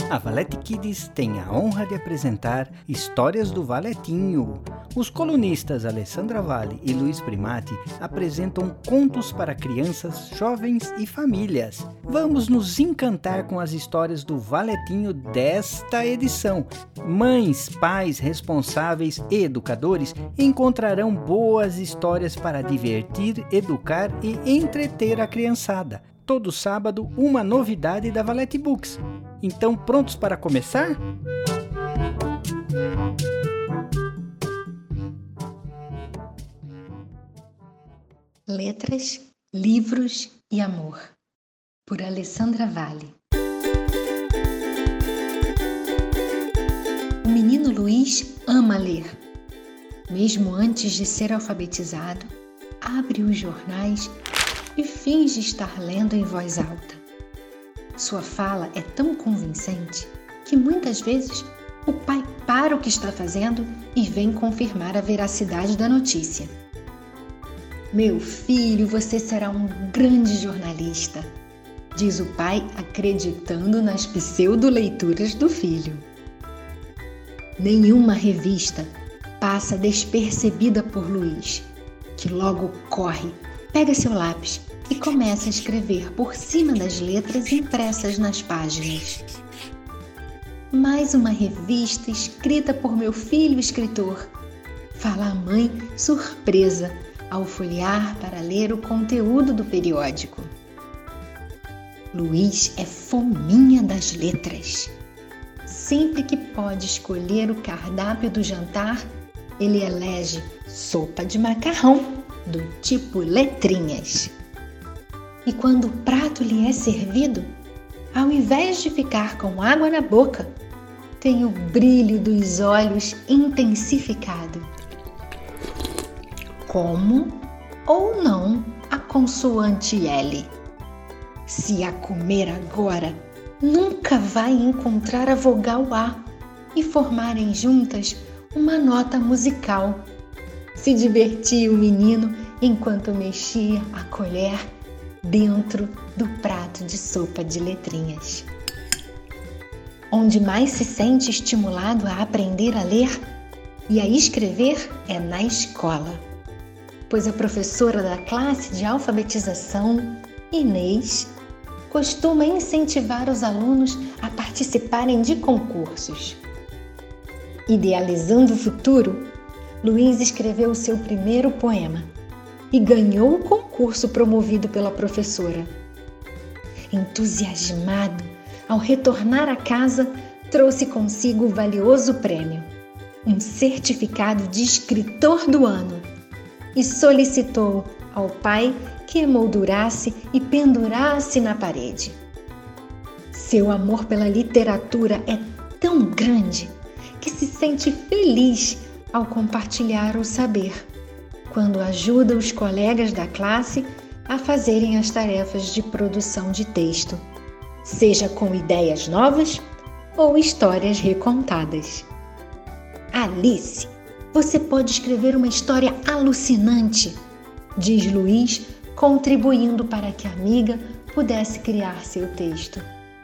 A Valete Kids tem a honra de apresentar Histórias do Valetinho. Os colunistas Alessandra Vale e Luiz Primati apresentam contos para crianças, jovens e famílias. Vamos nos encantar com as histórias do Valetinho desta edição. Mães, pais, responsáveis e educadores encontrarão boas histórias para divertir, educar e entreter a criançada. Todo sábado, uma novidade da Valete Books. Então, prontos para começar? Letras, Livros e Amor, por Alessandra Vale. O menino Luiz ama ler. Mesmo antes de ser alfabetizado, abre os jornais e finge estar lendo em voz alta. Sua fala é tão convincente que muitas vezes o pai para o que está fazendo e vem confirmar a veracidade da notícia. Meu filho, você será um grande jornalista, diz o pai acreditando nas pseudo-leituras do filho. Nenhuma revista passa despercebida por Luiz, que logo corre, pega seu lápis e começa a escrever por cima das letras impressas nas páginas. Mais uma revista escrita por meu filho escritor, fala a mãe surpresa ao folhear para ler o conteúdo do periódico. Luiz é fominha das letras. Sempre que pode escolher o cardápio do jantar, ele elege sopa de macarrão do tipo letrinhas. E quando o prato lhe é servido, ao invés de ficar com água na boca, tem o brilho dos olhos intensificado. Como ou não a consoante L? Se a comer agora, nunca vai encontrar a vogal A e formarem juntas uma nota musical. Se divertia o menino enquanto mexia a colher dentro do prato de sopa de letrinhas. Onde mais se sente estimulado a aprender a ler e a escrever é na escola, pois a professora da classe de alfabetização, Inês, costuma incentivar os alunos a participarem de concursos. Idealizando o futuro, Luiz escreveu seu primeiro poema e ganhou o concurso promovido pela professora. Entusiasmado, ao retornar a casa, trouxe consigo o valioso prêmio, um certificado de escritor do ano, e solicitou ao pai que emoldurasse e pendurasse na parede. Seu amor pela literatura é tão grande que se sente feliz ao compartilhar o saber, quando ajuda os colegas da classe a fazerem as tarefas de produção de texto, seja com ideias novas ou histórias recontadas. Alice, você pode escrever uma história alucinante, diz Luiz, contribuindo para que a amiga pudesse criar seu texto.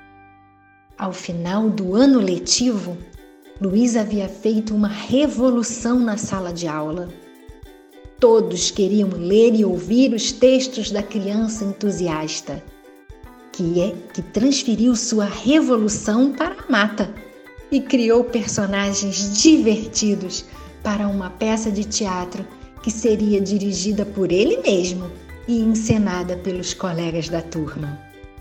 Ao final do ano letivo, Luiz havia feito uma revolução na sala de aula. Todos queriam ler e ouvir os textos da criança entusiasta, que transferiu sua revolução para a mata e criou personagens divertidos para uma peça de teatro que seria dirigida por ele mesmo e encenada pelos colegas da turma.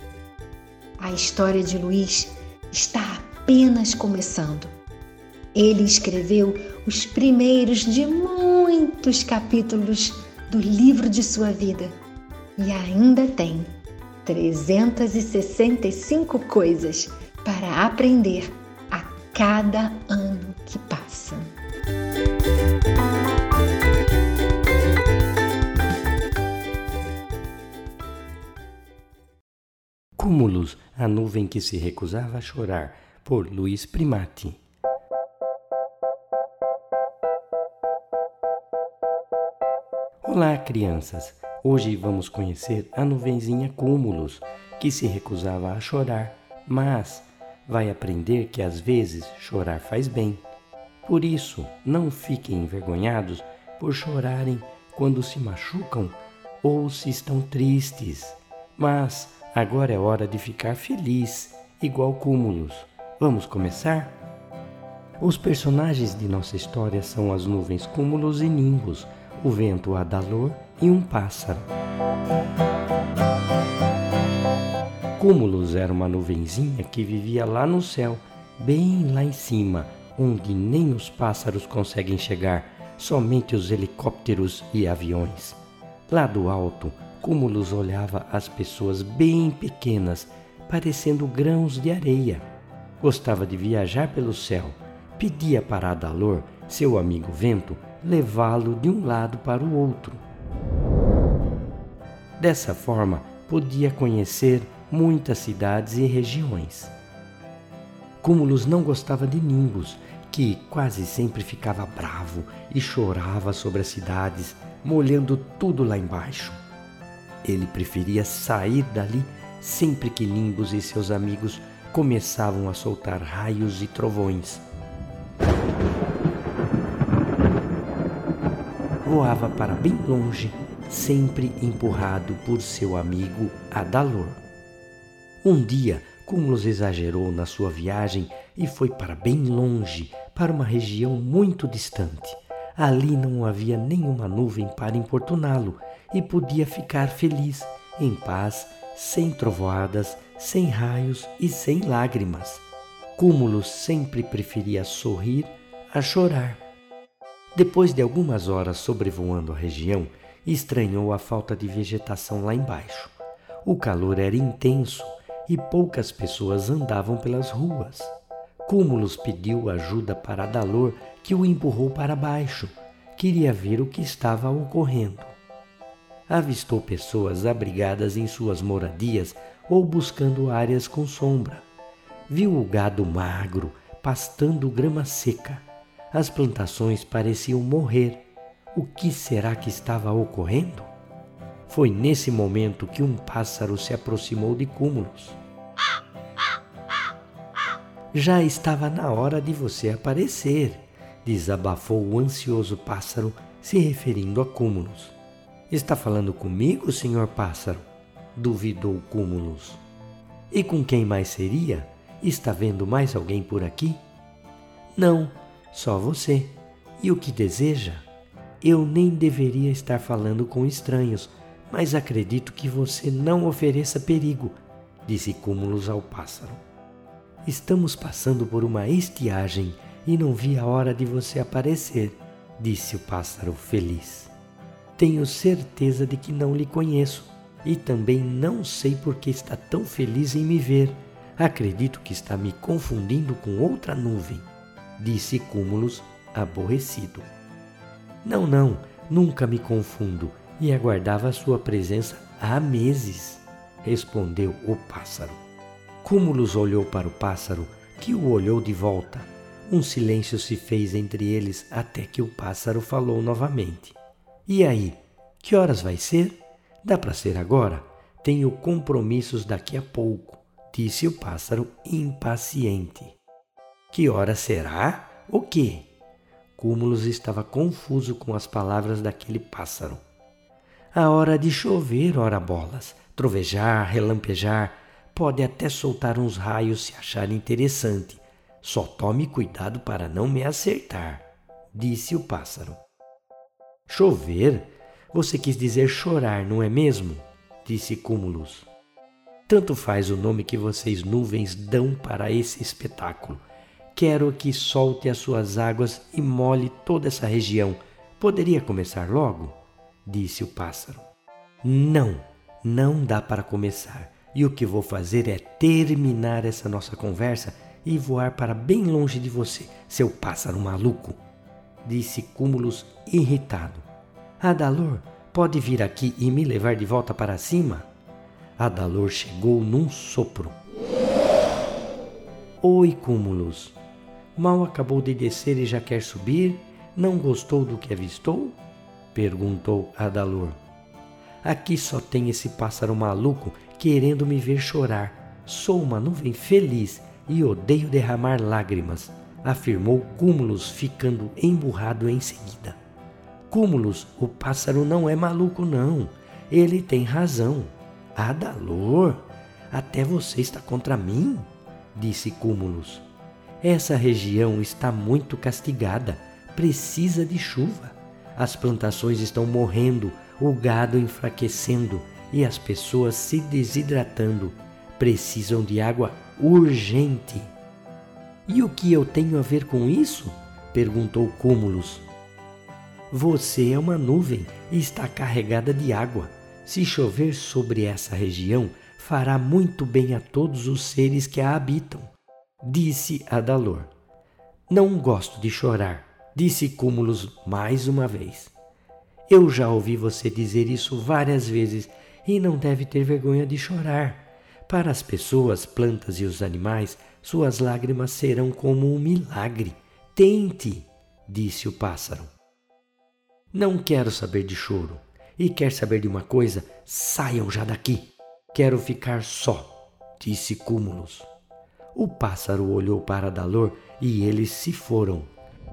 A história de Luiz está apenas começando. Ele escreveu os primeiros de muitos capítulos do livro de sua vida e ainda tem 365 coisas para aprender a cada ano que passa. Cúmulos, a nuvem que se recusava a chorar, por Luiz Primati. Olá, crianças! Hoje vamos conhecer a nuvenzinha Cúmulos, que se recusava a chorar, mas vai aprender que às vezes chorar faz bem. Por isso, não fiquem envergonhados por chorarem quando se machucam ou se estão tristes. Mas agora é hora de ficar feliz, igual Cúmulus. Vamos começar? Os personagens de nossa história são as nuvens Cúmulus e Nimbus, o vento Adalor e um pássaro. Cúmulus era uma nuvenzinha que vivia lá no céu, bem lá em cima, onde nem os pássaros conseguem chegar, somente os helicópteros e aviões. Lá do alto, Cúmulus olhava as pessoas bem pequenas, parecendo grãos de areia. Gostava de viajar pelo céu. Pedia para Adalor, seu amigo vento, levá-lo de um lado para o outro. Dessa forma, podia conhecer muitas cidades e regiões. Cúmulus não gostava de Nimbus, que quase sempre ficava bravo e chorava sobre as cidades, molhando tudo lá embaixo. Ele preferia sair dali sempre que Nimbus e seus amigos começavam a soltar raios e trovões. Voava para bem longe, sempre empurrado por seu amigo Adalor. Um dia, Cúmulus exagerou na sua viagem e foi para bem longe, para uma região muito distante. Ali não havia nenhuma nuvem para importuná-lo e podia ficar feliz, em paz, sem trovoadas, sem raios e sem lágrimas. Cúmulus sempre preferia sorrir a chorar. Depois de algumas horas sobrevoando a região, estranhou a falta de vegetação lá embaixo. O calor era intenso e poucas pessoas andavam pelas ruas. Cúmulus pediu ajuda para Adalor, que o empurrou para baixo. Queria ver o que estava ocorrendo. Avistou pessoas abrigadas em suas moradias ou buscando áreas com sombra. Viu o gado magro pastando grama seca. As plantações pareciam morrer. O que será que estava ocorrendo? Foi nesse momento que um pássaro se aproximou de Cúmulus. Já estava na hora de você aparecer, desabafou o ansioso pássaro, se referindo a Cúmulus. Está falando comigo, senhor pássaro? Duvidou Cúmulus. E com quem mais seria? Está vendo mais alguém por aqui? Não, só você. E o que deseja? Eu nem deveria estar falando com estranhos, mas acredito que você não ofereça perigo, disse Cúmulus ao pássaro. Estamos passando por uma estiagem e não vi a hora de você aparecer, disse o pássaro feliz. Tenho certeza de que não lhe conheço e também não sei por que está tão feliz em me ver. Acredito que está me confundindo com outra nuvem, disse Cúmulus aborrecido. Não, nunca me confundo e aguardava a sua presença há meses, respondeu o pássaro. Cúmulus olhou para o pássaro, que o olhou de volta. Um silêncio se fez entre eles até que o pássaro falou novamente. E aí, que horas vai ser? Dá para ser agora? Tenho compromissos daqui a pouco, disse o pássaro impaciente. Que hora será? O quê? Cúmulus estava confuso com as palavras daquele pássaro. A hora de chover, ora bolas, trovejar, relampejar, pode até soltar uns raios se achar interessante. Só tome cuidado para não me acertar, disse o pássaro. Chover? Você quis dizer chorar, não é mesmo? Disse Cúmulus. Tanto faz o nome que vocês nuvens dão para esse espetáculo. Quero que solte as suas águas e molhe toda essa região. Poderia começar logo? Disse o pássaro. Não dá para começar. E o que vou fazer é terminar essa nossa conversa e voar para bem longe de você, seu pássaro maluco, disse Cúmulus irritado. Adalor, pode vir aqui e me levar de volta para cima? Adalor chegou num sopro. Oi, Cúmulus. Mal acabou de descer e já quer subir? Não gostou do que avistou? Perguntou Adalor. Aqui só tem esse pássaro maluco querendo me ver chorar. Sou uma nuvem feliz e odeio derramar lágrimas, afirmou Cúmulus, ficando emburrado em seguida. Cúmulus, o pássaro não é maluco não, ele tem razão. Adalor, até você está contra mim? Disse Cúmulus. Essa região está muito castigada, precisa de chuva. As plantações estão morrendo, o gado enfraquecendo e as pessoas se desidratando. Precisam de água urgente. E o que eu tenho a ver com isso? Perguntou Cúmulus. Você é uma nuvem e está carregada de água. Se chover sobre essa região, fará muito bem a todos os seres que a habitam, disse Adalor. Não gosto de chorar, disse Cúmulus mais uma vez. Eu já ouvi você dizer isso várias vezes e não deve ter vergonha de chorar. Para as pessoas, plantas e os animais, suas lágrimas serão como um milagre. Tente, disse o pássaro. Não quero saber de choro. E quer saber de uma coisa? Saiam já daqui. Quero ficar só, disse Cúmulus. O pássaro olhou para Adalor e eles se foram.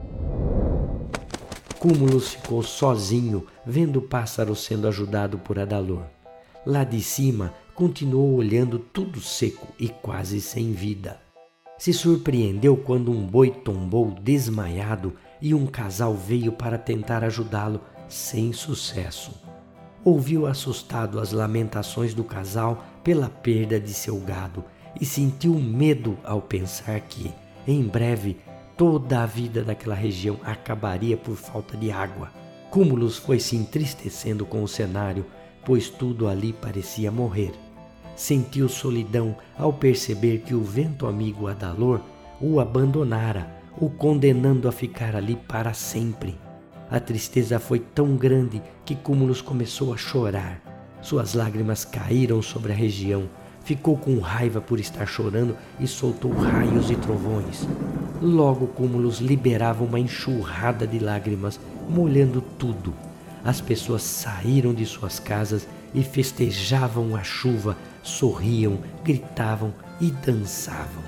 Cúmulus ficou sozinho, vendo o pássaro sendo ajudado por Adalor. Lá de cima, continuou olhando tudo seco e quase sem vida. Se surpreendeu quando um boi tombou desmaiado e um casal veio para tentar ajudá-lo, sem sucesso. Ouviu assustado as lamentações do casal pela perda de seu gado e sentiu medo ao pensar que, em breve, toda a vida daquela região acabaria por falta de água. Cúmulus foi se entristecendo com o cenário, pois tudo ali parecia morrer. Sentiu solidão ao perceber que o vento amigo Adalor o abandonara, o condenando a ficar ali para sempre. A tristeza foi tão grande que Cúmulus começou a chorar. Suas lágrimas caíram sobre a região. Ficou com raiva por estar chorando e soltou raios e trovões. Logo Cúmulus liberava uma enxurrada de lágrimas, molhando tudo. As pessoas saíram de suas casas e festejavam a chuva, sorriam, gritavam e dançavam.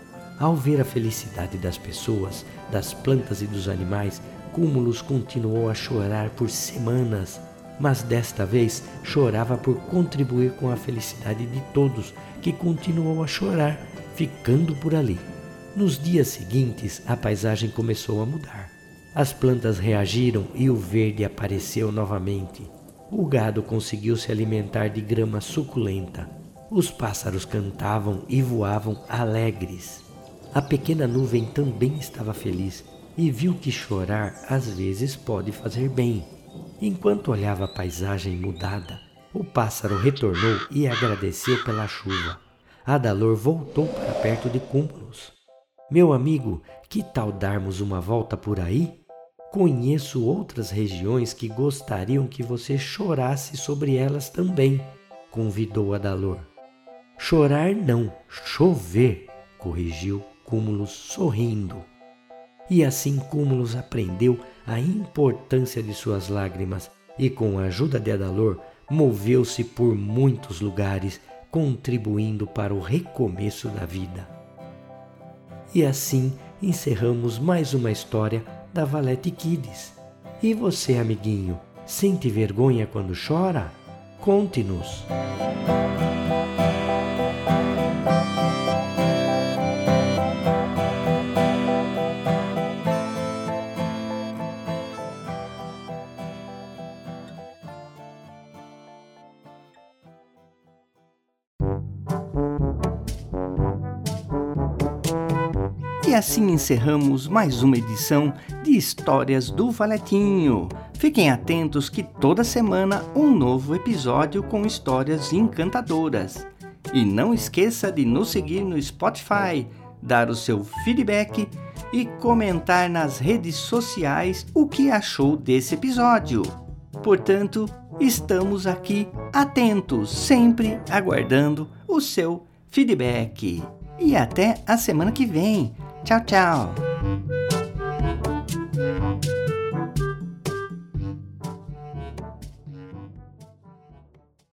Ao ver a felicidade das pessoas, das plantas e dos animais, Cúmulus continuou a chorar por semanas, mas desta vez chorava por contribuir com a felicidade de todos, que continuou a chorar, ficando por ali. Nos dias seguintes, a paisagem começou a mudar. As plantas reagiram e o verde apareceu novamente. O gado conseguiu se alimentar de grama suculenta. Os pássaros cantavam e voavam alegres. A pequena nuvem também estava feliz e viu que chorar às vezes pode fazer bem. Enquanto olhava a paisagem mudada, o pássaro retornou e agradeceu pela chuva. Adalor voltou para perto de Cúmulus. Meu amigo, que tal darmos uma volta por aí? Conheço outras regiões que gostariam que você chorasse sobre elas também, convidou Adalor. Chorar não, chover, corrigiu Cúmulus sorrindo. E assim Cúmulus aprendeu a importância de suas lágrimas e, com a ajuda de Adalor, moveu-se por muitos lugares, contribuindo para o recomeço da vida. E assim encerramos mais uma história da Valete Kids. E você, amiguinho, sente vergonha quando chora? Conte-nos! E assim encerramos mais uma edição de Histórias do Valetinho. Fiquem atentos que toda semana um novo episódio com histórias encantadoras. E não esqueça de nos seguir no Spotify, dar o seu feedback e comentar nas redes sociais o que achou desse episódio. Portanto, estamos aqui atentos, sempre aguardando o seu feedback. E até a semana que vem. Tchau, tchau!